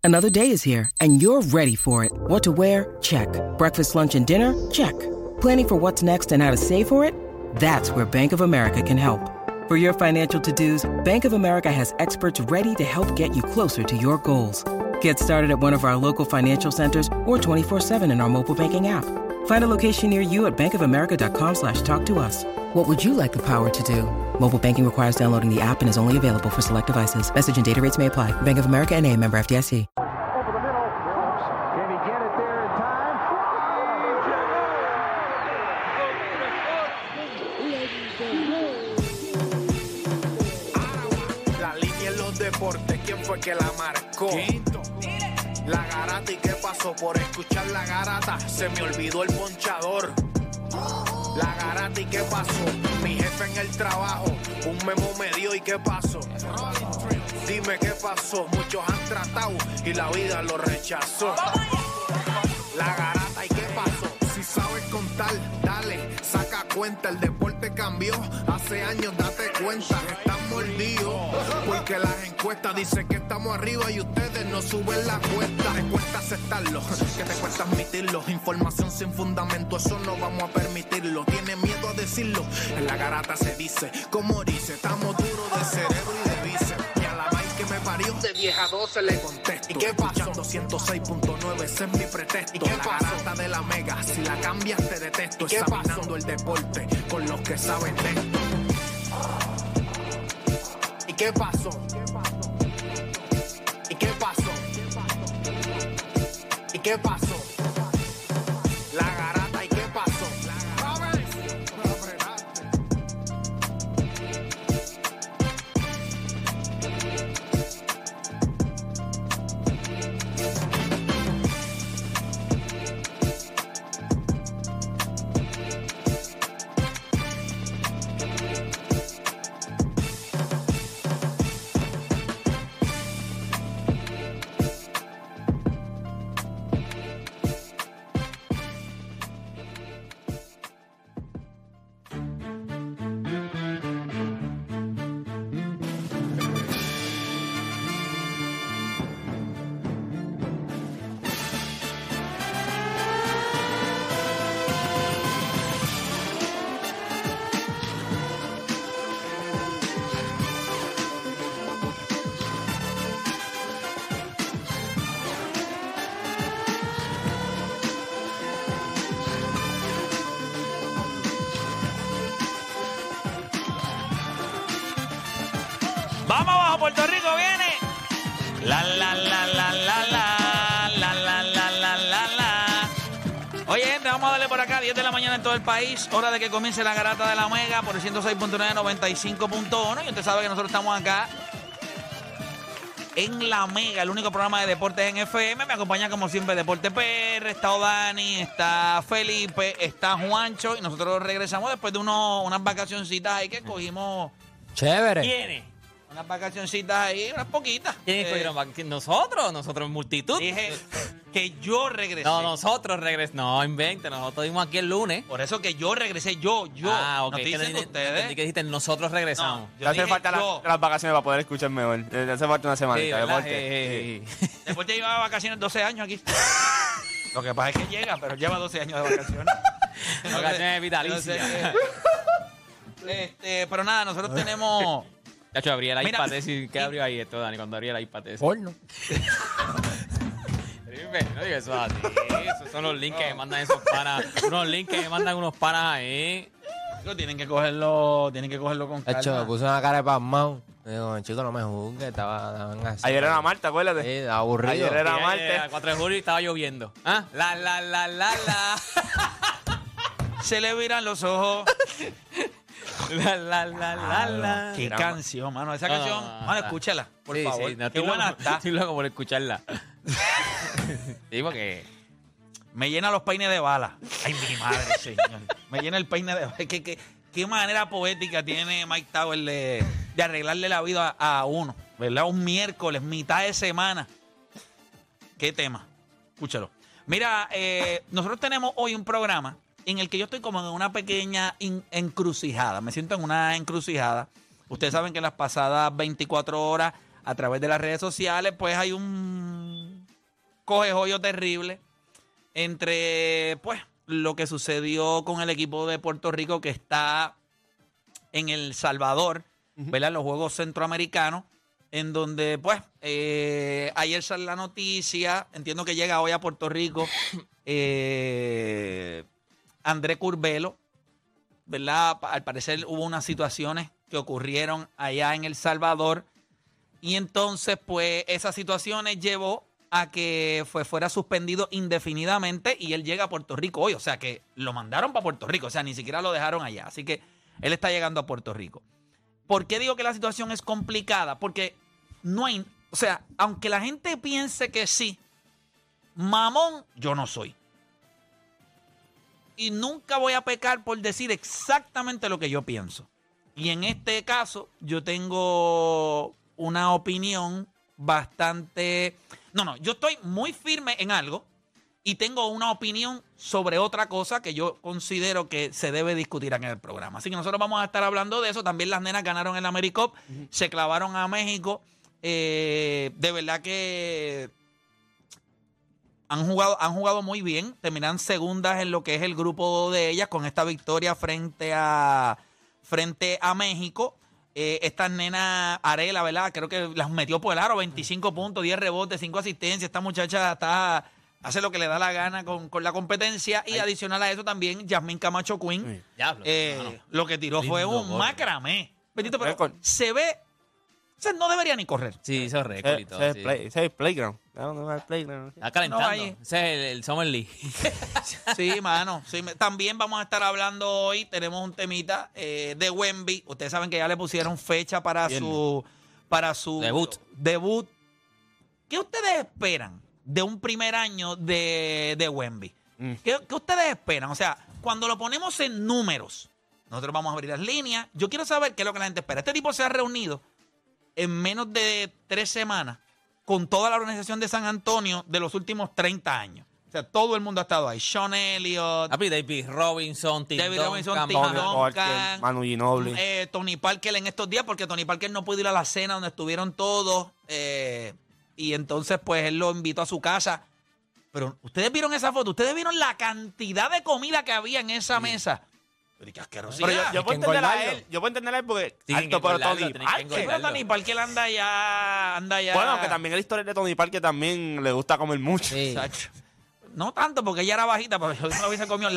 Another day is here, and you're ready for it. What to wear? Check. Breakfast, lunch, and dinner? Check. Planning for what's next and how to save for it? That's where Bank of America can help. For your financial to-dos, Bank of America has experts ready to help get you closer to your goals. Get started at one of our local financial centers or 24/7 in our mobile banking app. Find a location near you at bankofamerica.com/talktous. What would you like the power to do? Mobile banking requires downloading the app and is only available for select devices. Message and data rates may apply. Bank of America N.A., member FDIC. Over the middle. Can he get it there in time? La línea en los deportes, ¿quién fue que la marcó? Quinto. La garata, ¿y qué pasó? Por escuchar la garata se me olvidó el ponchador. La garata, ¿y qué pasó? Mi jefe en el trabajo un memo me dio, ¿y qué pasó? Dime qué pasó. Muchos han tratado y la vida lo rechazó. La garata, ¿y qué pasó? Si sabes contar, dale, saca cuenta. El deporte cambió, hace años date cuenta. Están mordidos porque las encuestas dicen que estamos arriba y ustedes no suben la cuesta. Te cuesta aceptarlo, que te cuesta admitirlo. Información sin fundamento, eso no vamos a permitirlo. Tiene miedo a decirlo, en la garata se dice. Como dice, estamos duros de cerebro y de bíceps. Y a la vaina que me parió, de 10 a 12 le contesto. ¿Y qué pasó? 106.9, ese es mi pretexto. ¿Y qué pasó? La garata de la mega, si la cambias te detesto. ¿Y qué pasó? El deporte con los que saben de esto. ¿Y qué pasó? ¿Y qué pasó? ¿Y qué pasó? La garata, ¿y qué pasó? Vamos abajo, Puerto Rico viene. Oye, gente, vamos a darle por acá, 10 de la mañana en todo el país. Hora de que comience la garata de la Mega por el 106.9, 95.1. Y usted sabe que nosotros estamos acá en la Mega, el único programa de deportes en FM. Me acompaña como siempre Deporte PR, está Odani, está Felipe, está Juancho. Y nosotros regresamos después de unas vacacioncitas ahí que cogimos. Chévere. ¿Quiénes? Unas vacacioncitas ahí, unas poquitas. ¿Quiénes cogieron vacaciones? Nosotros en multitud. Dije que yo regresé. No, nosotros regresamos. No, invente, nosotros vimos aquí el lunes. Por eso que yo regresé, yo. Ah, ok. No estoy diciendo ustedes. Entendí que dijiste, nosotros regresamos. No, Le hace falta las vacaciones para poder escuchar mejor. Le hace falta una semanita. Sí, ¿verdad? Deporte. Después te llevaba vacaciones 12 años aquí. Lo que pasa es que llega, pero lleva 12 años de vacaciones. Vacaciones vitalicias. Pero nada, nosotros tenemos... Chacho, abrí el Mira, iPad ese. ¿Qué abrió ahí esto, Dani, cuando abrí el iPad ese? Porno. No digas eso así. Esos son los links que me mandan esos panas. Unos links que me mandan unos panas ahí. Tienen que cogerlo con calma. Hecho, me puse una cara de pasmado. Digo, chico, no me juzgues, estaban así. Ayer era Marta, acuérdate. Sí, estaba aburrido. Ayer era El Marta. 4 de julio y estaba lloviendo. ¿Ah? La. Se le viran los ojos. La. Qué canción, mano. Esa canción, mano, escúchala, por Sí, favor. sí, no, Qué estoy buena loco, está. estoy loco por escucharla. Sí, porque... Me llena los peines de bala. Ay, mi madre, señor. Me llena el peine de bala. Qué manera poética tiene Mike Tower de arreglarle la vida a uno, ¿verdad? Un miércoles, mitad de semana. ¿Qué tema? Escúchalo. Mira, nosotros tenemos hoy un programa en el que yo estoy como en una pequeña encrucijada. Me siento en una encrucijada. Ustedes saben que en las pasadas 24 horas, a través de las redes sociales, pues hay un coge joyo terrible entre, pues, lo que sucedió con el equipo de Puerto Rico que está en El Salvador, ¿verdad? Los Juegos Centroamericanos, en donde, pues, ayer sale la noticia, entiendo que llega hoy a Puerto Rico, André Curbelo, ¿verdad? Al parecer hubo unas situaciones que ocurrieron allá en El Salvador y entonces, pues, esas situaciones llevó a que fuera suspendido indefinidamente y él llega a Puerto Rico hoy. O sea, que lo mandaron para Puerto Rico. O sea, ni siquiera lo dejaron allá. Así que él está llegando a Puerto Rico. ¿Por qué digo que la situación es complicada? Porque no hay... O sea, aunque la gente piense que sí, mamón, yo no soy. Y nunca voy a pecar por decir exactamente lo que yo pienso. Y en este caso, yo tengo una opinión bastante... No, yo estoy muy firme en algo y tengo una opinión sobre otra cosa que yo considero que se debe discutir en el programa. Así que nosotros vamos a estar hablando de eso. También las nenas ganaron el AmeriCup, se clavaron a México. De verdad que han jugado muy bien. Terminan segundas en lo que es el grupo de ellas con esta victoria frente a México. Estas nenas, Arela, ¿verdad? Creo que las metió por el aro, 25 puntos, 10 rebotes, 5 asistencias. Esta muchacha hace lo que le da la gana con la competencia. Y adicional a eso también, Yasmín Camacho Quinn, lo que tiró fue un macramé. Bendito, pero se ve... O sea, no debería ni correr. Sí, hizo récord y todo. Ese es el playground. No es el playground. Está calentando. No, ahí. Ese es el Summer League. Sí, mano. Sí, también vamos a estar hablando hoy. Tenemos un temita de Wemby. Ustedes saben que ya le pusieron fecha para su debut. ¿Qué ustedes esperan de un primer año de Wemby? ¿Qué ustedes esperan? O sea, cuando lo ponemos en números, nosotros vamos a abrir las líneas. Yo quiero saber qué es lo que la gente espera. Este tipo se ha reunido en menos de 3 semanas con toda la organización de San Antonio de los últimos 30 años. O sea, todo el mundo ha estado ahí. Sean Elliott, David Robinson, Tim Duncan, Manu Ginobili. Tony Parker en estos días, porque Tony Parker no pudo ir a la cena donde estuvieron todos. Y entonces, pues, él lo invitó a su casa. Pero, ¿ustedes vieron esa foto? ¿Ustedes vieron la cantidad de comida que había en esa mesa? Pero qué asquerosidad. Pero yo puedo entender a él. Yo puedo entender a él porque alto, pero Tony Parker. Pero Tony Parker anda ya. Bueno, que también el historial de Tony Parker también le gusta comer mucho. Sí. No tanto, porque ella era bajita, pero yo no hubiese comido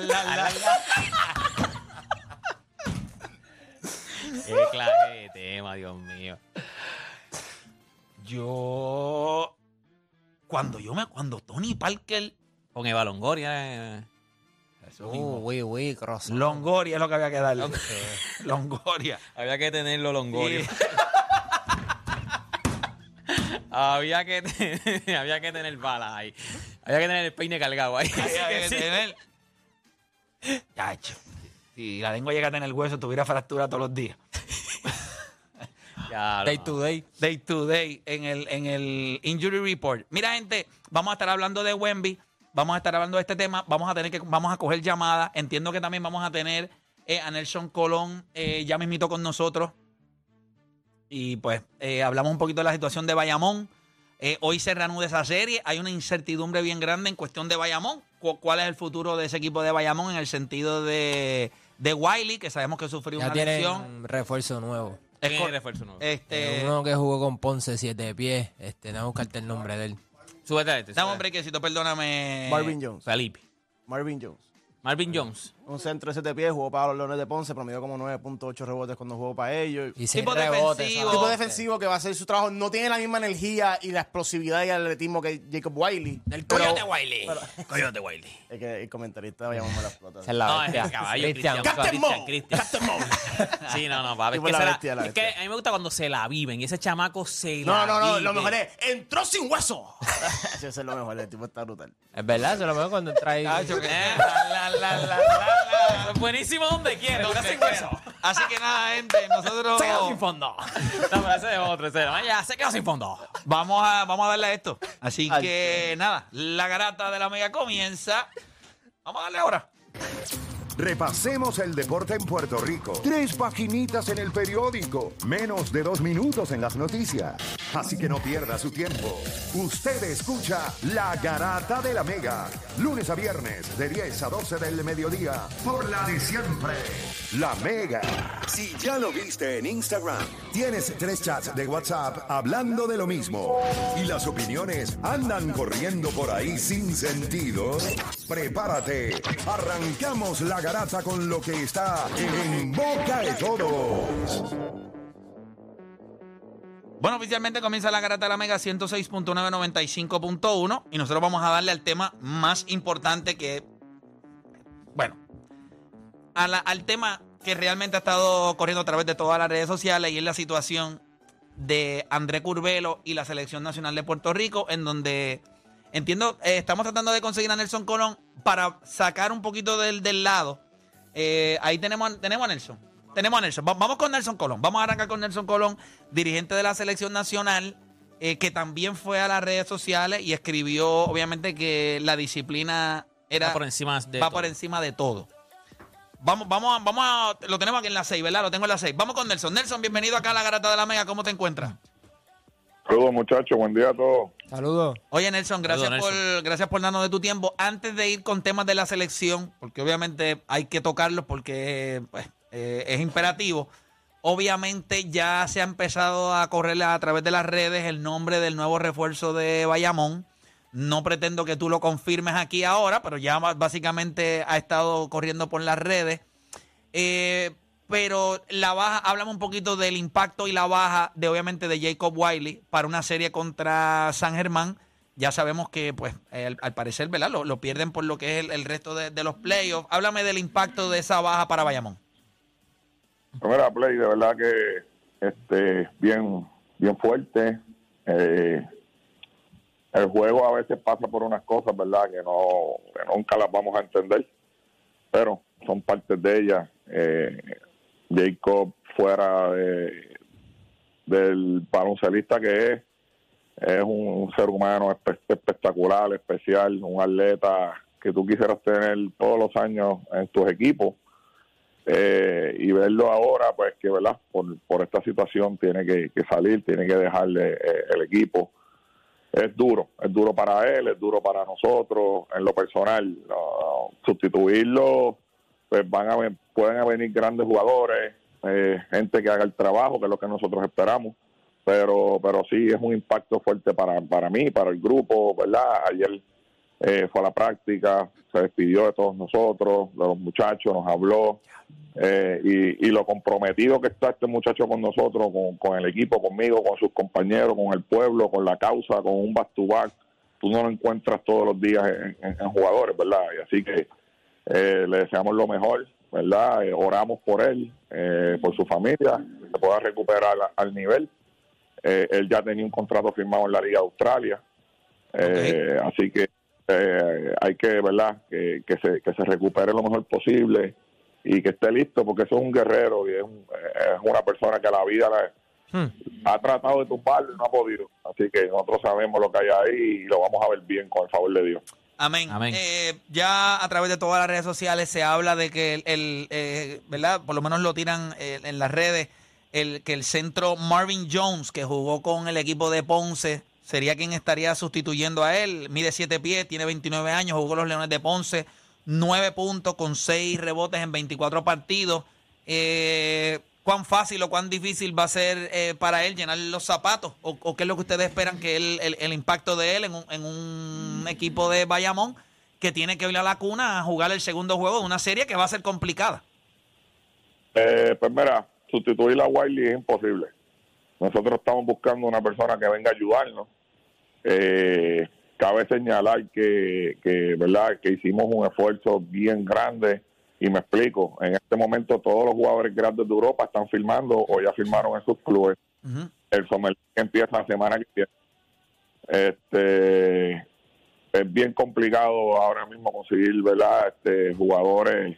Qué clase de tema, Dios mío. Cuando Tony Parker... Con Eva Longoria. Cross. Longoria es lo que había que darle. Longoria. Había que tenerlo Longoria. Había que tener balas ahí. Había que tener el peine cargado ahí. Había que tener... Chacho. Si la lengua llega a tener el hueso, tuviera fractura todos los días. Day to day en el Injury Report. Mira, gente, vamos a estar hablando de Wemby. Vamos a estar hablando de este tema. Vamos a coger llamadas. Entiendo que también vamos a tener a Nelson Colón ya mismito con nosotros. Y pues hablamos un poquito de la situación de Bayamón. Hoy se reanuda esa serie. Hay una incertidumbre bien grande en cuestión de Bayamón. ¿Cuál es el futuro de ese equipo de Bayamón en el sentido de Wiley, que sabemos que sufrió Ya una tienen lesión? refuerzo nuevo. ¿Quién es el refuerzo nuevo? Uno que jugó con Ponce 7 pies. No buscarte el nombre de él. Súbete a este. Dame un brequecito, perdóname. Marvin Jones. Felipe. Marvin Jones. Un centro de 7 pies, jugó para los Leones de Ponce, promedió como 9.8 rebotes cuando jugó para ellos. Y Tipo rebotes, defensivo. Tipo defensivo que va a hacer su trabajo. No tiene la misma energía y la explosividad y el atletismo que Jacob Wiley. El Coyote Wiley. Coyote Wiley. Es que el comentarista de Bayamón me la explota. Esa es la No, es bestia. el caballo. Cristian. Captain Mo. Sí, no, papi. Tipo la bestia, la Es que bestia. a mí me gusta cuando se la viven. Y ese chamaco se No, la vive. lo mejor es, entró sin hueso. Eso es lo mejor, el tipo está brutal. Es verdad, se lo veo cuando entra ahí. Buenísimo donde quiera. Así que nada, gente, nosotros Se quedó sin fondo. No, pero ese es otro. Ya se quedó sin fondo. vamos a darle a esto. Así que nada, la garata de la mega comienza. Vamos a darle ahora. Repasemos el deporte en Puerto Rico. 3 paginitas en el periódico. Menos de 2 minutos en las noticias. Así que no pierda su tiempo. Usted escucha La Garata de la Mega. Lunes a viernes de 10 a 12 del mediodía. Por la de siempre. La Mega. Si ya lo viste en Instagram, tienes 3 chats de WhatsApp hablando de lo mismo. Y las opiniones andan corriendo por ahí sin sentido. Prepárate. Arrancamos La Garata con lo que está en boca de todos. Bueno, oficialmente comienza La Garata de la Mega 106.9, 95.1 y nosotros vamos a darle al tema más importante que, bueno, al tema que realmente ha estado corriendo a través de todas las redes sociales y es la situación de André Curbelo y la Selección Nacional de Puerto Rico, en donde entiendo, estamos tratando de conseguir a Nelson Colón para sacar un poquito del lado. Ahí tenemos a Nelson. Tenemos a Nelson. Vamos con Nelson Colón. Vamos a arrancar con Nelson Colón, dirigente de la Selección Nacional, que también fue a las redes sociales y escribió, obviamente, que la disciplina va por encima de todo. Vamos lo tenemos aquí en la 6, ¿verdad? Lo tengo en la 6. Vamos con Nelson. Nelson, bienvenido acá a La Garata de la Mega. ¿Cómo te encuentras? Saludos, muchachos. Buen día a todos. Saludos. Oye, Nelson, gracias por darnos de tu tiempo. Antes de ir con temas de la selección, porque obviamente hay que tocarlos porque pues, es imperativo. Obviamente ya se ha empezado a correr a través de las redes el nombre del nuevo refuerzo de Bayamón. No pretendo que tú lo confirmes aquí ahora, pero ya básicamente ha estado corriendo por las redes. Pero la baja, háblame un poquito del impacto y la baja de obviamente de Jacob Wiley para una serie contra San Germán. Ya sabemos que pues al parecer, ¿verdad? Lo pierden por lo que es el resto de los playoffs. Háblame del impacto de esa baja para Bayamón. Mira, Play, de verdad que bien fuerte. El juego a veces pasa por unas cosas, ¿verdad? Que nunca las vamos a entender, pero son partes de ellas. Jacob, fuera del baloncelista que es un ser humano espectacular, especial, un atleta que tú quisieras tener todos los años en tus equipos, y verlo ahora, pues que, ¿verdad? Por esta situación tiene que salir, tiene que dejarle el equipo. Es duro para él, es duro para nosotros, en lo personal. Sustituirlo, pues pueden venir grandes jugadores, gente que haga el trabajo, que es lo que nosotros esperamos, pero sí es un impacto fuerte para mí, para el grupo, ¿verdad? Ayer fue a la práctica, se despidió de todos nosotros, de los muchachos, nos habló, y lo comprometido que está este muchacho con nosotros, con el equipo, conmigo, con sus compañeros, con el pueblo, con la causa, con un back-to-back. Tú no lo encuentras todos los días en jugadores, ¿verdad? Y así que le deseamos lo mejor, ¿verdad? Oramos por él, por su familia, que pueda recuperar al nivel. Él ya tenía un contrato firmado en la Liga de Australia, así que hay que, ¿verdad? Que se recupere lo mejor posible y que esté listo, porque eso es un guerrero y es una persona que la vida ha tratado de tumbarlo y no ha podido. Así que nosotros sabemos lo que hay ahí y lo vamos a ver bien con el favor de Dios. Amén. Ya a través de todas las redes sociales se habla de que ¿verdad? Por lo menos lo tiran en las redes, que el centro Marvin Jones, que jugó con el equipo de Ponce, sería quien estaría sustituyendo a él. Mide 7 pies, tiene 29 años, jugó con los Leones de Ponce, 9 puntos con 6 rebotes en 24 partidos. ¿Cuán fácil o cuán difícil va a ser para él llenar los zapatos? ¿O qué es lo que ustedes esperan que el impacto de él en un equipo de Bayamón que tiene que ir a la cuna a jugar el segundo juego de una serie que va a ser complicada? Pues mira, sustituir a Wiley es imposible. Nosotros estamos buscando una persona que venga a ayudarnos. Cabe señalar que verdad que hicimos un esfuerzo bien grande, y me explico. En este momento todos los jugadores grandes de Europa están firmando o ya firmaron en sus clubes. El Summer League empieza la semana que viene. Es bien complicado ahora mismo conseguir, ¿verdad? Jugadores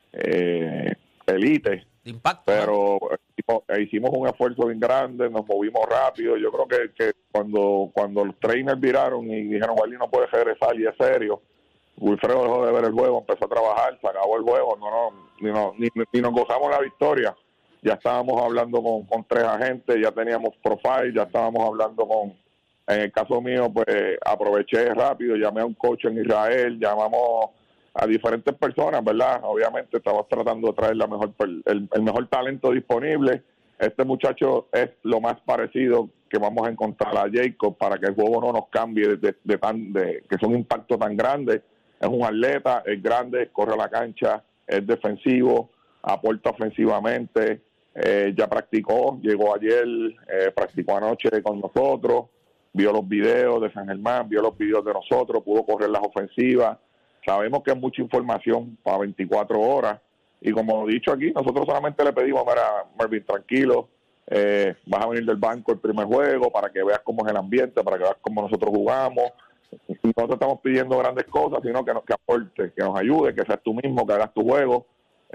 elite, de impacto, pero hicimos un esfuerzo bien grande, nos movimos rápido. Yo creo que cuando los trainers viraron y dijeron Wiley no puede regresar y es serio, Wilfredo dejó de ver el juego, empezó a trabajar, se acabó el juego, ni nos gozamos la victoria. Ya estábamos hablando con 3 agentes, ya teníamos profile, ya estábamos hablando en el caso mío, pues aproveché rápido, llamé a un coach en Israel, llamamos a diferentes personas, ¿verdad? Obviamente estamos tratando de traer el mejor talento disponible. Este muchacho es lo más parecido que vamos a encontrar a Jacob para que el juego no nos cambie que es un impacto tan grande. Es un atleta, es grande, corre a la cancha, es defensivo, aporta ofensivamente, ya practicó, llegó ayer, practicó anoche con nosotros, vio los videos de San Germán, vio los videos de nosotros, pudo correr las ofensivas. Sabemos que es mucha información para 24 horas y como he dicho aquí, nosotros solamente le pedimos, mira, Marvin, tranquilo, vas a venir del banco el primer juego para que veas cómo es el ambiente, para que veas cómo nosotros jugamos. Y no te estamos pidiendo grandes cosas, sino que aporte, que nos ayude, que seas tú mismo, que hagas tu juego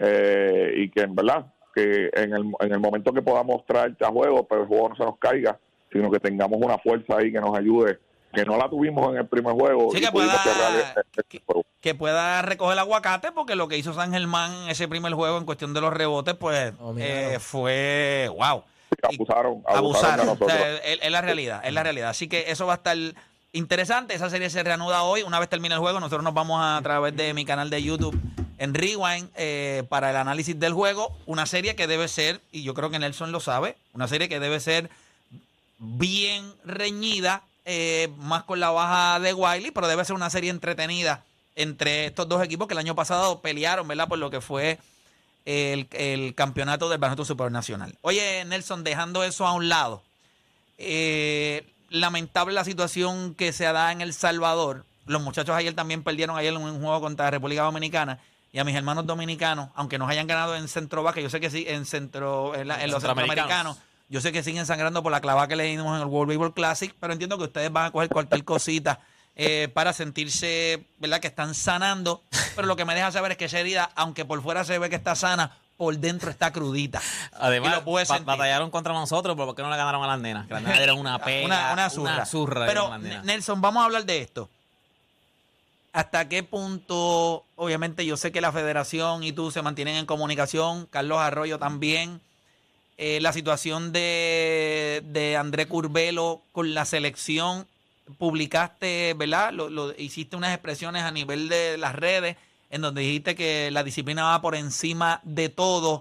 y que en verdad, que en el momento que podamos traerte a juego, pero el juego no se nos caiga, sino que tengamos una fuerza ahí que nos ayude, que no la tuvimos en el primer juego. Sí, que pueda recoger el aguacate, porque lo que hizo San Germán en ese primer juego en cuestión de los rebotes, pues fue wow. Abusaron de nosotros. O sea, es la realidad, Así que eso va a estar interesante. Esa serie se reanuda hoy. Una vez termine el juego, nosotros nos vamos a través de mi canal de YouTube en Rewind para el análisis del juego. Una serie que debe ser, y yo creo que Nelson lo sabe, una serie que debe ser bien reñida, más con la baja de Wiley, pero debe ser una serie entretenida entre estos dos equipos que el año pasado pelearon, ¿verdad? Por lo que fue el campeonato del baloncesto supernacional. Oye, Nelson, dejando eso a un lado, lamentable la situación que se da en El Salvador. Los muchachos ayer también perdieron ayer en un juego contra la República Dominicana. Y a mis hermanos dominicanos, aunque nos hayan ganado en Centro Vázquez, yo sé que sí, en los centroamericanos, yo sé que siguen sangrando por la clavada que le dimos en el World Baseball Classic, pero entiendo que ustedes van a coger cualquier cosita para sentirse, ¿verdad?, que están sanando. Pero lo que me deja saber es que esa herida, aunque por fuera se ve que está sana, por dentro está crudita. Además, batallaron contra nosotros, pero ¿por qué no le ganaron a las nenas? Que las nenas eran una pega, una zurra. Pero, Nelson, vamos a hablar de esto. ¿Hasta qué punto, obviamente yo sé que la federación y tú se mantienen en comunicación, Carlos Arroyo también, la situación de André Curbelo con la selección, publicaste, ¿verdad? Hiciste unas expresiones a nivel de las redes en donde dijiste que la disciplina va por encima de todo.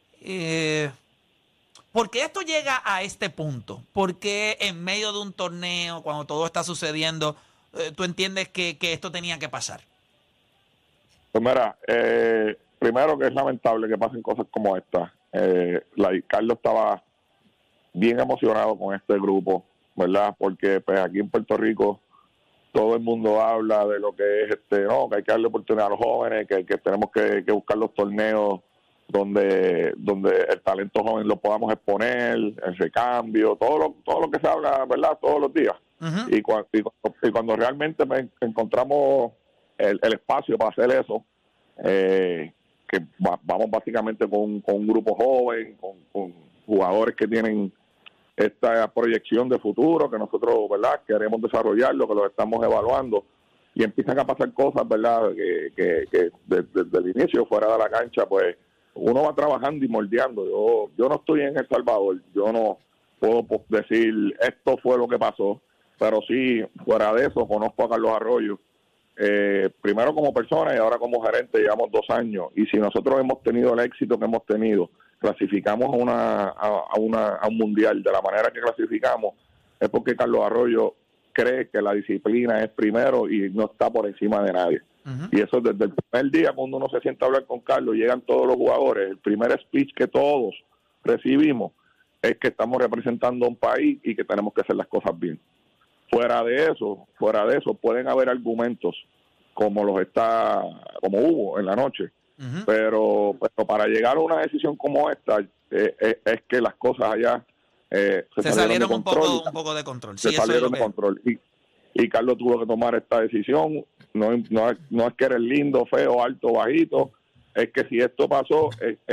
¿Por qué esto llega a este punto? ¿Por qué en medio de un torneo, cuando todo está sucediendo, tú entiendes que esto tenía que pasar? Pues mira, primero que es lamentable que pasen cosas como esta. Carlos estaba bien emocionado con este grupo, ¿verdad? Porque pues aquí en Puerto Rico todo el mundo habla de lo que es que hay que darle oportunidad a los jóvenes, que tenemos que buscar los torneos donde el talento joven lo podamos exponer, el recambio, todo lo que se habla, ¿verdad? Todos los días. Uh-huh. Y cuando realmente encontramos el espacio para hacer eso, que vamos básicamente con un grupo joven, con jugadores que tienen esta proyección de futuro, que nosotros, ¿verdad?, queremos desarrollarlo, que lo estamos evaluando, y empiezan a pasar cosas, ¿verdad?, que desde el inicio, fuera de la cancha, pues uno va trabajando y moldeando. Yo no estoy en El Salvador, yo no puedo decir esto fue lo que pasó, pero sí, fuera de eso, conozco a Carlos Arroyo, primero como persona y ahora como gerente. Llevamos 2 años, y si nosotros hemos tenido el éxito que hemos tenido, clasificamos a un mundial de la manera que clasificamos, es porque Carlos Arroyo cree que la disciplina es primero y no está por encima de nadie. Uh-huh. Y eso desde el primer día, cuando uno se sienta a hablar con Carlos, llegan todos los jugadores, el primer speech que todos recibimos es que estamos representando a un país y que tenemos que hacer las cosas bien. Fuera de eso, pueden haber argumentos como hubo en la noche. Uh-huh. Pero para llegar a una decisión como esta, es que las cosas allá se salieron un poco de control. Se salieron de control. Y Carlos tuvo que tomar esta decisión. No es que eres lindo, feo, alto, bajito. Es que si esto pasó,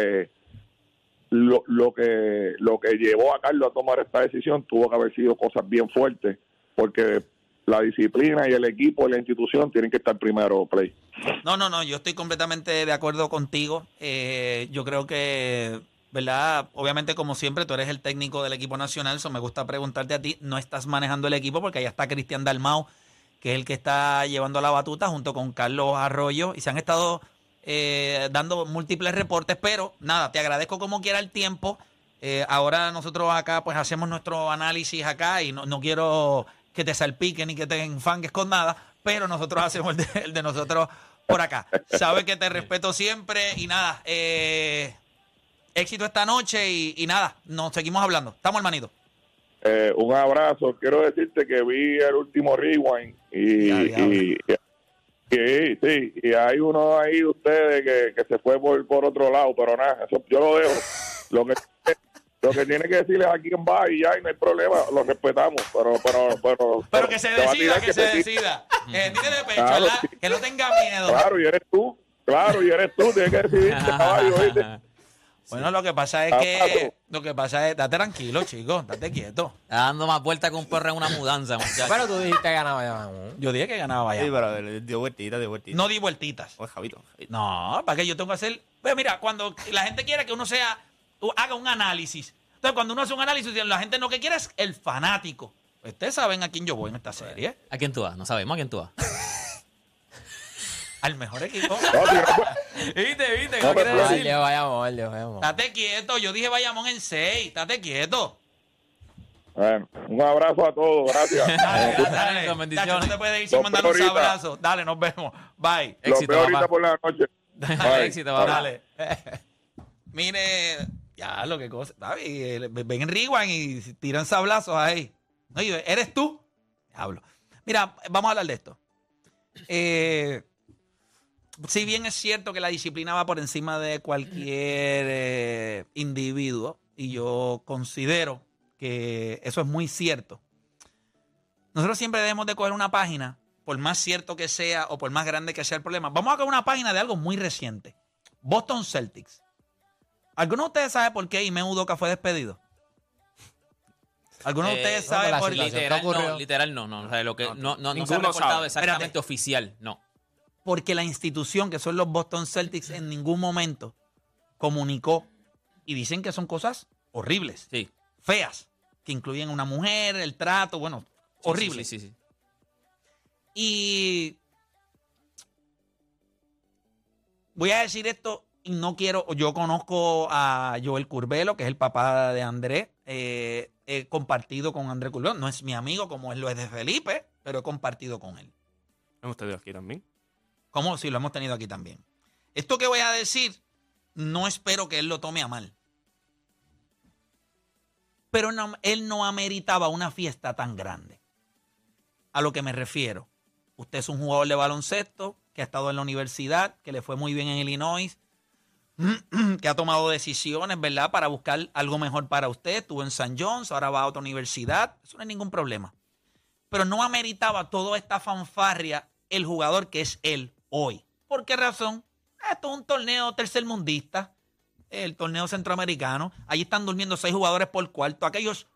lo que llevó a Carlos a tomar esta decisión tuvo que haber sido cosas bien fuertes, porque la disciplina y el equipo y la institución tienen que estar primero, Play. No, yo estoy completamente de acuerdo contigo. Yo creo que, ¿verdad? Obviamente, como siempre, tú eres el técnico del equipo nacional, me gusta preguntarte a ti, no estás manejando el equipo porque allá está Cristian Dalmau, que es el que está llevando la batuta junto con Carlos Arroyo, y se han estado dando múltiples reportes, pero nada, te agradezco como quiera el tiempo. Ahora nosotros acá pues hacemos nuestro análisis acá y no quiero que te salpiquen ni que te enfangues con nada, pero nosotros hacemos el de nosotros por acá. Sabes que te respeto siempre y nada, éxito esta noche y nada, nos seguimos hablando. Estamos, hermanito. Un abrazo. Quiero decirte que vi el último Rewind y hay uno ahí de ustedes que se fue por otro lado, pero nada, eso yo lo dejo. Lo que tiene que decirles aquí en baja y ya, y no hay problema, lo respetamos, pero que se decida, que se decida. Tire de pecho, claro, ¿verdad? sí. Que no tenga miedo. Claro, y eres tú, tienes que decidirte, caballo, ¿oíste? Bueno, lo que pasa es, date tranquilo, chicos, date quieto. Está dando más vueltas que un perro en una mudanza, muchachos. Pero tú dijiste que ganaba Bayamón. Yo dije que ganaba Sí, Bayamón. pero dio vueltita. No di vueltitas. Oye, Javito. No, ¿para qué yo tengo que hacer? Pues mira, cuando la gente quiere que uno haga un análisis. Entonces, cuando uno hace un análisis, la gente no que quiere es el fanático. Ustedes saben a quién yo voy en esta serie. ¿A quién tú vas? No sabemos a quién tú vas. Al mejor equipo. ¿Viste? No, ¿Qué quieres pero- decir? Bayamón. Estate quieto. Yo dije Bayamón en 6. Estate quieto. Bueno, un abrazo a todos, gracias. Dale. Bendiciones. Tacho, no te puedes ir sin Los mandar un veo ahorita. abrazo. Dale, nos vemos. Bye. Los Éxito, veo ahorita papá. por la noche. Bye. Éxito, papá. Dale. Mire, ya lo que cosa. Ven en Rewind y tiran sablazos ahí. No, ¿eres tú? Hablo. Mira, vamos a hablar de esto. Si bien es cierto que la disciplina va por encima de cualquier individuo, y yo considero que eso es muy cierto, nosotros siempre debemos de coger una página, por más cierto que sea o por más grande que sea el problema. Vamos a coger una página de algo muy reciente. Boston Celtics. ¿Alguno de ustedes sabe por qué Ime Udoka fue despedido? ¿Alguno de ustedes sabe la por qué? situación. Literal no. O sea, lo que no se ha ninguno reportado sabe. exactamente Espérate. oficial, no. Porque la institución, que son los Boston Celtics, en ningún momento comunicó. Y dicen que son cosas horribles, Sí. feas, que incluyen una mujer, el trato, bueno, horrible. Sí. Y voy a decir esto y no quiero, yo conozco a Joel Curbelo, que es el papá de Andrés, he compartido con Andrés Curbelo, no es mi amigo como él lo es de Felipe, pero he compartido con él. Hemos tenido aquí también. Como si lo hemos tenido aquí también. Esto que voy a decir, no espero que él lo tome a mal. Pero él no ameritaba una fiesta tan grande. A lo que me refiero. Usted es un jugador de baloncesto que ha estado en la universidad, que le fue muy bien en Illinois, que ha tomado decisiones, ¿verdad?, para buscar algo mejor para usted. Estuvo en St. John's, ahora va a otra universidad. Eso no hay ningún problema. Pero no ameritaba toda esta fanfarria el jugador que es él hoy. ¿Por qué razón? Esto es un torneo tercermundista, el torneo centroamericano. Allí están durmiendo 6 jugadores por cuarto. Aquellos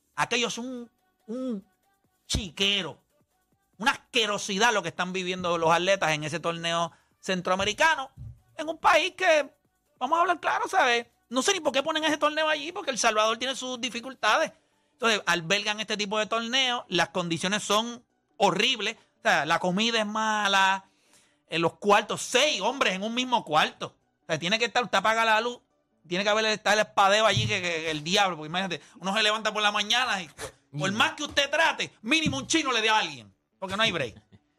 un chiquero, una asquerosidad lo que están viviendo los atletas en ese torneo centroamericano, en un país que, vamos a hablar claro, ¿sabes? No sé ni por qué ponen ese torneo allí, porque El Salvador tiene sus dificultades. Entonces, albergan este tipo de torneos, las condiciones son horribles, o sea, la comida es mala, en los cuartos, 6 hombres en un mismo cuarto. O sea, tiene que estar, usted apaga la luz, tiene que haber estar el espadeo allí que el diablo, porque imagínate, uno se levanta por la mañana y por más que usted trate, mínimo un chino le dé a alguien, porque no hay break.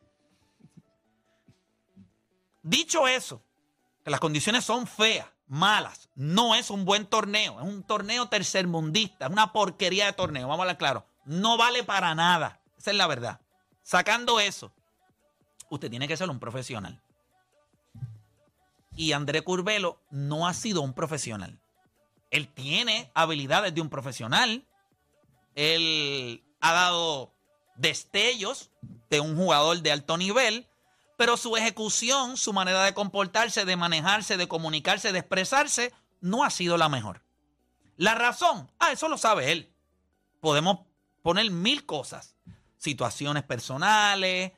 Dicho eso, que las condiciones son feas, malas, no es un buen torneo, es un torneo tercermundista, es una porquería de torneo, vamos a hablar claro, no vale para nada, esa es la verdad. Sacando eso, usted tiene que ser un profesional. Y Andrés Curbelo no ha sido un profesional. Él tiene habilidades de un profesional. Él ha dado destellos de un jugador de alto nivel, pero su ejecución, su manera de comportarse, de manejarse, de comunicarse, de expresarse, no ha sido la mejor. La razón, eso lo sabe él. Podemos poner 1000 cosas. situaciones personales,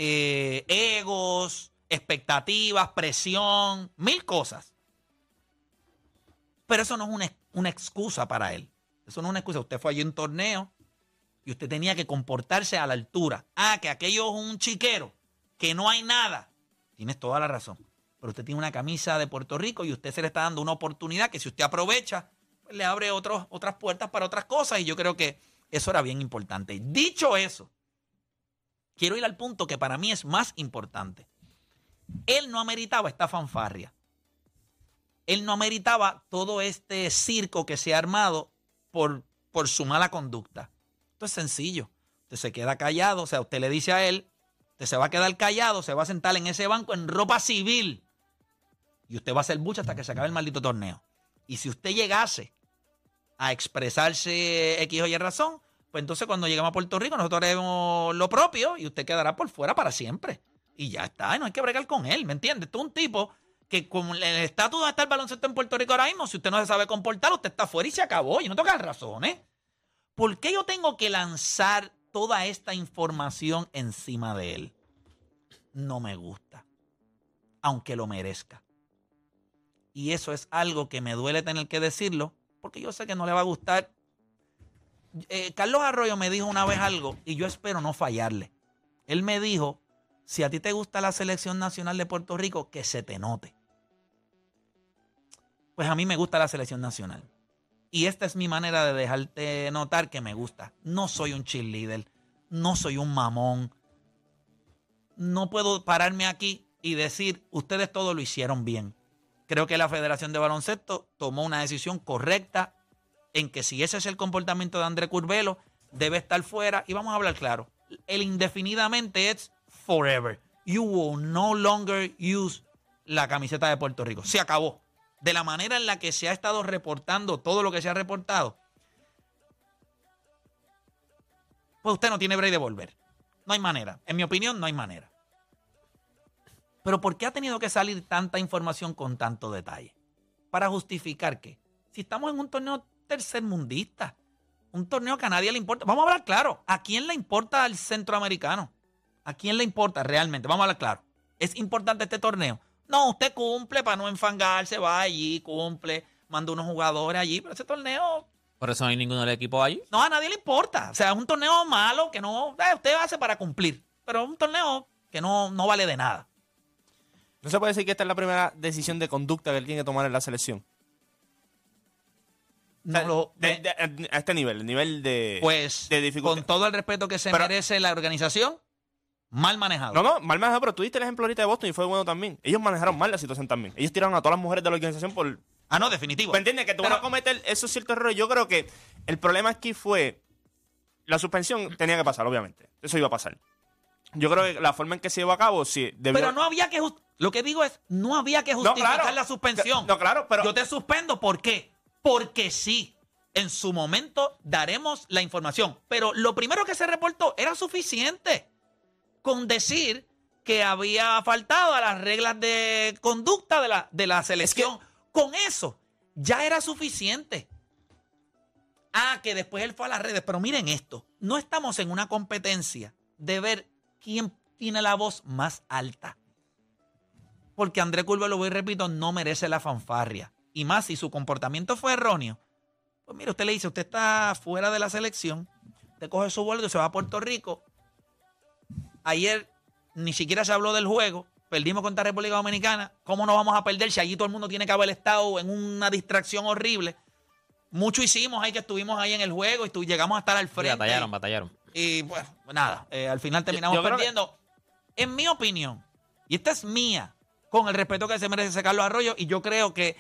egos, expectativas, presión, 1000 cosas. Pero eso no es una excusa para él. Eso no es una excusa. Usted fue allí a un torneo y usted tenía que comportarse a la altura. Que aquello es un chiquero, que no hay nada. Tienes toda la razón. Pero usted tiene una camisa de Puerto Rico y usted se le está dando una oportunidad que si usted aprovecha, pues le abre otras puertas para otras cosas. Y yo creo que eso era bien importante. Dicho eso, quiero ir al punto que para mí es más importante. Él no ameritaba esta fanfarria. Él no ameritaba todo este circo que se ha armado por su mala conducta. Esto es sencillo. Usted se queda callado, o sea, usted le dice a él, usted se va a quedar callado, se va a sentar en ese banco en ropa civil y usted va a hacer bucha hasta que se acabe el maldito torneo. Y si usted llegase a expresarse X o Y razón, pues entonces cuando lleguemos a Puerto Rico nosotros haremos lo propio y usted quedará por fuera para siempre. Y ya está, no hay que bregar con él, ¿me entiende? Esto es un tipo que con el estatus donde está el baloncesto en Puerto Rico ahora mismo, si usted no se sabe comportar, usted está fuera y se acabó. Yo no tengo que dar razones. ¿Por qué yo tengo que lanzar toda esta información encima de él? No me gusta, aunque lo merezca. Y eso es algo que me duele tener que decirlo, porque yo sé que no le va a gustar. Carlos Arroyo me dijo una vez algo y yo espero no fallarle. Él me dijo, si a ti te gusta la selección nacional de Puerto Rico, que se te note. Pues a mí me gusta la selección nacional. Y esta es mi manera de dejarte notar que me gusta. No soy un cheerleader, no soy un mamón. No puedo pararme aquí y decir, ustedes todo lo hicieron bien. Creo que la Federación de Baloncesto tomó una decisión correcta en que si ese es el comportamiento de André Curbelo, debe estar fuera. Y vamos a hablar claro. El indefinidamente es forever. You will no longer use la camiseta de Puerto Rico. Se acabó. De la manera en la que se ha estado reportando todo lo que se ha reportado, pues usted no tiene break de volver. No hay manera. En mi opinión, no hay manera. Pero ¿por qué ha tenido que salir tanta información con tanto detalle? ¿Para justificar qué? Si estamos en un torneo tercermundista, un torneo que a nadie le importa. Vamos a hablar claro. ¿A quién le importa al centroamericano? ¿A quién le importa realmente? Vamos a hablar claro. ¿Es importante este torneo? No, usted cumple para no enfangarse, va allí, cumple, manda unos jugadores allí, pero ese torneo... Por eso no hay ninguno del equipo allí. No, a nadie le importa. O sea, es un torneo malo que no... usted hace para cumplir, pero es un torneo que no vale de nada. ¿No se puede decir que esta es la primera decisión de conducta que él tiene que tomar en la selección? No, a este nivel, el nivel de, pues, de dificultad. Con todo el respeto que se merece la organización, mal manejado. No, mal manejado, pero tú diste el ejemplo ahorita de Boston y fue bueno también. Ellos manejaron mal la situación también. Ellos tiraron a todas las mujeres de la organización por... No, definitivo. ¿Me entiendes? Que tú vas a cometer esos ciertos errores. Yo creo que el problema aquí fue... La suspensión tenía que pasar, obviamente. Eso iba a pasar. Yo creo que la forma en que se llevó a cabo, sí, debió... Pero no había que... Lo que digo es, no había que justificar la suspensión. No, claro, pero... Yo te suspendo, ¿por qué? Porque sí. En su momento daremos la información. Pero lo primero que se reportó era suficiente con decir que había faltado a las reglas de conducta de la selección. Es que con eso ya era suficiente. Que después él fue a las redes. Pero miren esto. No estamos en una competencia de ver quién tiene la voz más alta. Porque André Curbelo, lo repito, no merece la fanfarria. Y más si su comportamiento fue erróneo. Pues mire, usted le dice, usted está fuera de la selección, usted coge su boleto y se va a Puerto Rico. Ayer ni siquiera se habló del juego, perdimos contra República Dominicana. ¿Cómo no vamos a perder si allí todo el mundo tiene que haber estado en una distracción horrible? Mucho hicimos ahí que estuvimos ahí en el juego y llegamos a estar al frente. Batallaron. Y bueno, nada, al final terminamos perdiendo. En mi opinión, y esta es mía, con el respeto que se merece Carlos Arroyo, y yo creo que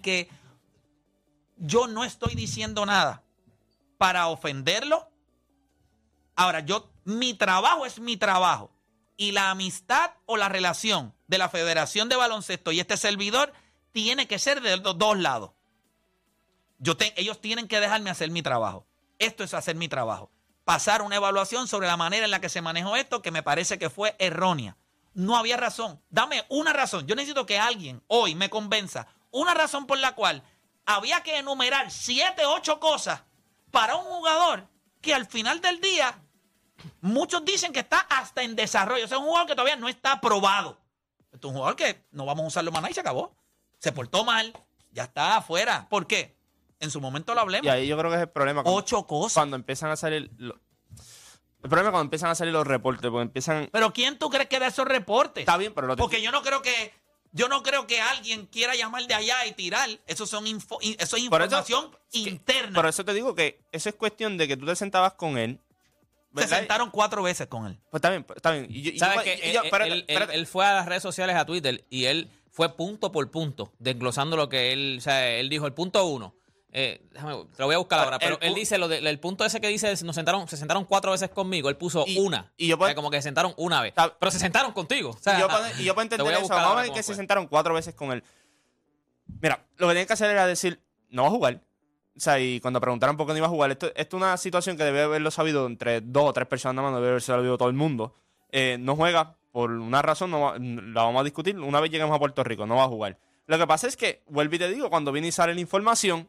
yo no estoy diciendo nada para ofenderlo. Ahora, mi trabajo es mi trabajo. Y la amistad o la relación de la Federación de Baloncesto y este servidor tiene que ser de los dos lados. Ellos tienen que dejarme hacer mi trabajo. Esto es hacer mi trabajo. Pasar una evaluación sobre la manera en la que se manejó esto, que me parece que fue errónea. No había razón. Dame una razón. Yo necesito que alguien hoy me convenza una razón por la cual había que enumerar 7, 8 cosas para un jugador que al final del día Muchos dicen que está hasta en desarrollo. O sea, es un jugador que todavía no está aprobado. Es un jugador que no vamos a usarlo más nada y se acabó. Se portó mal, ya está afuera. ¿Por qué? En su momento lo hablemos. Y ahí yo creo que es el problema. 8 cosas. Cuando empiezan a salir... El problema es cuando empiezan a salir los reportes, porque empiezan... Pero ¿quién tú crees que da esos reportes? Está bien, pero... Porque yo no creo que alguien quiera llamar de allá y tirar. Eso es información interna. Por eso te digo que eso es cuestión de que tú te sentabas con él. Se sentaron 4 veces con él. Pues está bien, está bien. ¿Sabes que él fue a las redes sociales, a Twitter, y él fue punto por punto, desglosando lo que él... O sea, él dijo el punto 1. Te lo voy a buscar ahora, pero él dice el punto ese que dice se sentaron 4 veces conmigo, él puso una. Y yo o sea, como que se sentaron una vez. Pero se sentaron contigo. O sea, y yo puedo entender eso. Vamos a ver que se sentaron 4 veces con él. Mira, lo que tienen que hacer era decir, no va a jugar. O sea, y cuando preguntaron por qué no iba a jugar, esto es una situación que debe haberlo sabido entre 2 o 3 personas nada más, no debe haberse sabido todo el mundo. No juega por una razón, la vamos a discutir una vez lleguemos a Puerto Rico, no va a jugar. Lo que pasa es que, vuelvo y te digo, cuando viene y sale la información,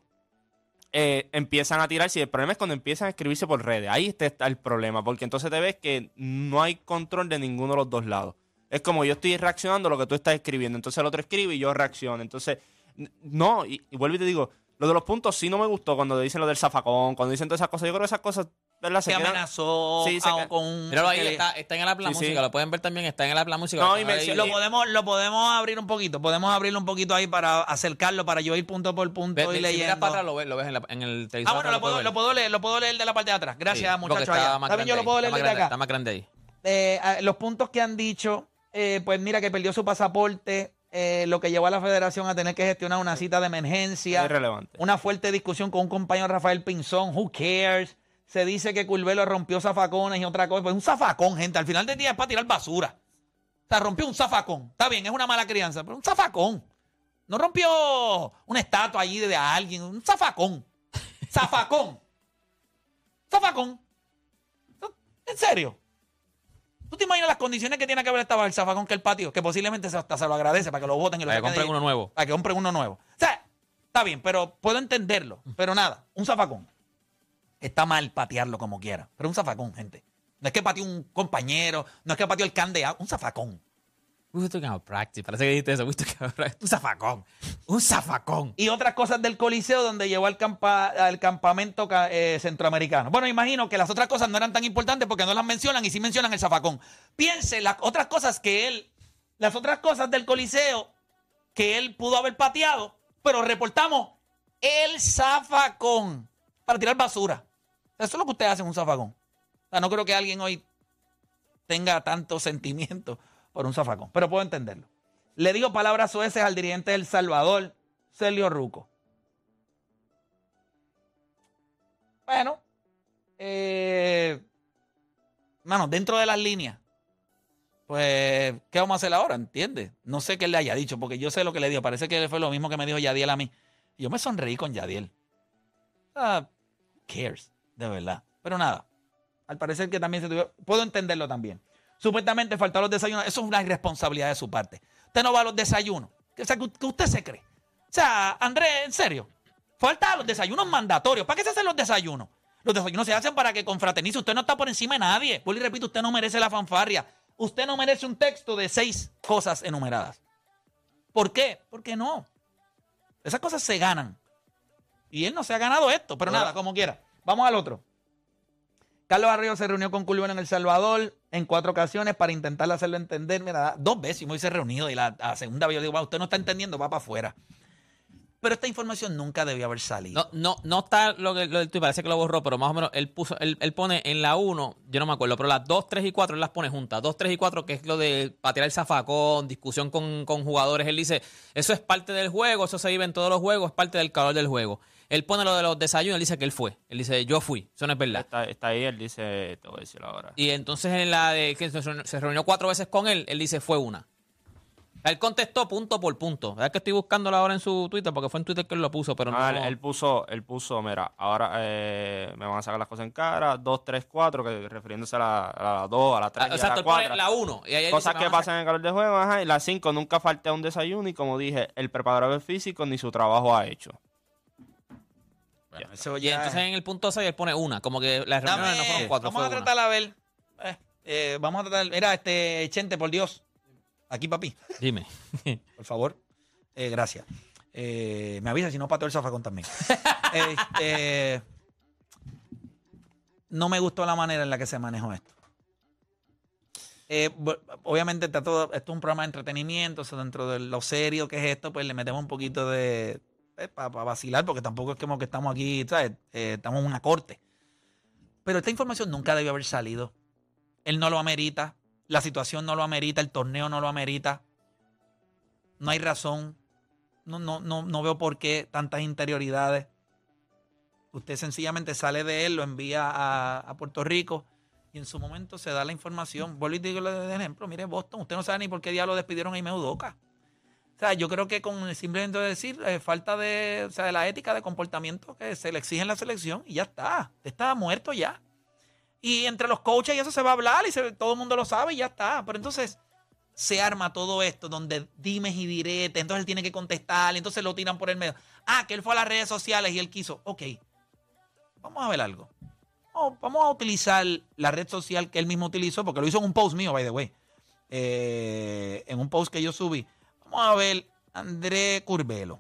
empiezan a tirarse, y el problema es cuando empiezan a escribirse por redes. Ahí está el problema, porque entonces te ves que no hay control de ninguno de los dos lados. Es como yo estoy reaccionando a lo que tú estás escribiendo, entonces el otro escribe y yo reacciono. Entonces, no, y vuelvo y te digo, lo de los puntos sí no me gustó cuando dicen lo del zafacón, cuando dicen todas esas cosas. Yo creo que esas cosas, ¿verdad? Se amenazó con un... Míralo ahí, está en el app La Música, lo pueden ver también, está en el app La Música. No, lo podemos abrir un poquito, ahí para acercarlo, para yo ir punto por punto y leyendo. Si miras para atrás, lo ves en el televisor. Bueno, lo puedo leer de la parte de atrás. Gracias, muchachos. También yo lo puedo leer de acá. Está más grande ahí. Los puntos que han dicho, pues mira, que perdió su pasaporte, lo que llevó a la federación a tener que gestionar una cita de emergencia. Es relevante. Una fuerte discusión con un compañero, Rafael Pinzón. Who cares? Se dice que Curvelo rompió zafacones y otra cosa. Pues un zafacón, gente. Al final del día es para tirar basura. O sea, rompió un zafacón. Está bien, es una mala crianza, pero un zafacón. No rompió una estatua allí de alguien. Un zafacón. Zafacón. Zafacón. ¿En serio? ¿Tú te imaginas las condiciones que tiene que haber estado el zafacón que el patio? Que posiblemente hasta se lo agradece para que lo voten y lo para que compren uno nuevo. Para que compren uno nuevo. O sea, está bien, pero puedo entenderlo. Pero nada, un zafacón. Está mal patearlo como quiera. Pero un zafacón, gente. No es que pateó un compañero, no es que pateó el candeado. Un zafacón. We were talking about practice. Parece que dijiste eso. Un zafacón. Un zafacón. Y otras cosas del Coliseo donde llevó al campamento centroamericano. Bueno, imagino que las otras cosas no eran tan importantes porque no las mencionan y sí mencionan el zafacón. Piense las otras cosas del Coliseo que él pudo haber pateado, pero reportamos el zafacón para tirar basura. Eso es lo que ustedes hacen un zafacón. O sea, no creo que alguien hoy tenga tanto sentimiento por un zafacón, pero puedo entenderlo. Le digo palabras sueces al dirigente de El Salvador, Celio Ruco. Bueno, dentro de las líneas, pues, ¿qué vamos a hacer ahora? ¿Entiendes? No sé qué le haya dicho, porque yo sé lo que le dio. Parece que fue lo mismo que me dijo Yadiel a mí. Yo me sonreí con Yadiel. Cares, de verdad. Pero nada, al parecer que también puedo entenderlo también. Supuestamente faltó a los desayunos. Eso es una irresponsabilidad de su parte. Usted no va a los desayunos. O sea, que usted se cree. O sea, Andrés, en serio. Falta a los desayunos mandatorios. ¿Para qué se hacen los desayunos? Los desayunos se hacen para que confraternice. Usted no está por encima de nadie. Vuelvo y repito, usted no merece la fanfarria. Usted no merece un texto de 6 cosas enumeradas. ¿Por qué? Porque no. Esas cosas se ganan. Y él no se ha ganado esto. Pero nada, como quiera. Vamos al otro. Carlos Arroyo se reunió con Curvelo en El Salvador en 4 ocasiones para intentar hacerlo entender. Mira, 2 veces me hubiese reunido y la segunda vez yo digo, usted no está entendiendo, va para afuera. Pero esta información nunca debió haber salido. No está lo del tuit, parece que lo borró, pero más o menos él pone en la 1, yo no me acuerdo, pero las 2, 3 y 4 él las pone juntas. 2, 3 y 4, que es lo de patear el zafacón, discusión con jugadores. Él dice, eso es parte del juego, eso se vive en todos los juegos, es parte del calor del juego. Él pone lo de los desayunos, él dice que él fue. Él dice, yo fui. Eso no es verdad. Está ahí, él dice, te voy a decir ahora. Y entonces en la de que se reunió 4 veces con él dice, fue una. Él contestó punto por punto. Es que estoy buscándolo ahora en su Twitter, porque fue en Twitter que él lo puso, pero no. Él puso, mira, ahora me van a sacar las cosas en cara, 2, 3, 4, que refiriéndose a la 2, a la 3 y a la 4. La 1. Y ahí cosas que pasan en el calor de juego, ajá, y la 5, nunca falté a un desayuno, y como dije, el preparador físico ni su trabajo ha hecho. Bueno, y entonces en el punto 6 él pone una, como que las reuniones no fueron 4. Vamos a tratar a ver. Vamos a tratar. Mira, Chente, por Dios. Aquí, papi. Dime. Por favor. Gracias. Me avisa si no pateo el zafacón también. No me gustó la manera en la que se manejó esto. Obviamente esto es un programa de entretenimiento, o sea, dentro de lo serio que es esto, pues le metemos un poquito de para vacilar, porque tampoco es como que estamos aquí, ¿sabes? Estamos en una corte. Pero esta información nunca debió haber salido. Él no lo amerita, la situación no lo amerita, el torneo no lo amerita. No hay razón. No veo por qué tantas interioridades. Usted sencillamente sale de él, lo envía a Puerto Rico y en su momento se da la información. Vuelvo y digo de ejemplo, mire, Boston, usted no sabe ni por qué diablo despidieron a Ime Udoka. O sea, yo creo que con simplemente decir falta de, o sea, de la ética de comportamiento que se le exige en la selección y ya está. Está muerto ya. Y entre los coaches y eso se va a hablar y todo el mundo lo sabe y ya está. Pero entonces se arma todo esto donde dimes y diretes, entonces él tiene que contestar, entonces lo tiran por el medio. Que él fue a las redes sociales y él quiso. Ok, vamos a ver algo. Vamos a utilizar la red social que él mismo utilizó, porque lo hizo en un post mío, by the way. En un post que yo subí. Vamos a ver André Curbelo.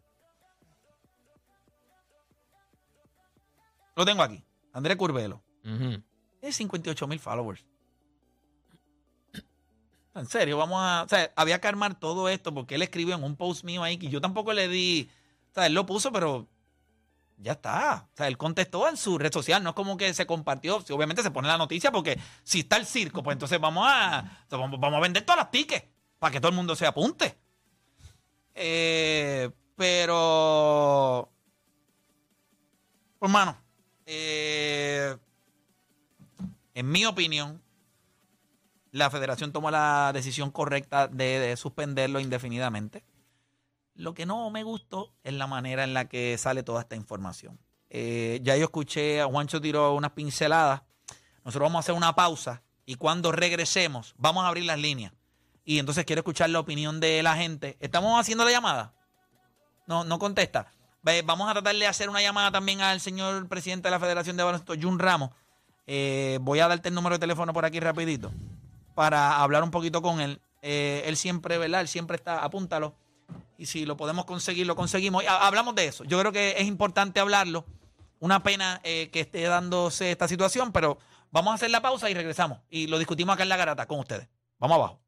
Lo tengo aquí. André Curbelo. Tiene 58,000 followers. En serio, o sea, había que armar todo esto porque él escribió en un post mío ahí que yo tampoco le di. O sea, él lo puso, pero ya está. O sea, él contestó en su red social. No es como que se compartió. Obviamente se pone la noticia porque si está el circo, pues entonces vamos a vender todas las tickets para que todo el mundo se apunte. Pero, hermano, en mi opinión, la federación tomó la decisión correcta de suspenderlo indefinidamente. Lo que no me gustó es la manera en la que sale toda esta información. Ya yo escuché a Juancho tiró unas pinceladas. Nosotros vamos a hacer una pausa y cuando regresemos vamos a abrir las líneas. Y entonces quiero escuchar la opinión de la gente. ¿Estamos haciendo la llamada? No contesta. Vamos a tratar de hacer una llamada también al señor presidente de la Federación de Baloncesto, Jun Ramos. Voy a darte el número de teléfono por aquí rapidito para hablar un poquito con él. Él siempre, ¿verdad? Él siempre está, apúntalo. Y si lo podemos conseguir, lo conseguimos. Hablamos de eso. Yo creo que es importante hablarlo. Una pena que esté dándose esta situación, pero vamos a hacer la pausa y regresamos. Y lo discutimos acá en La Garata con ustedes. Vamos abajo.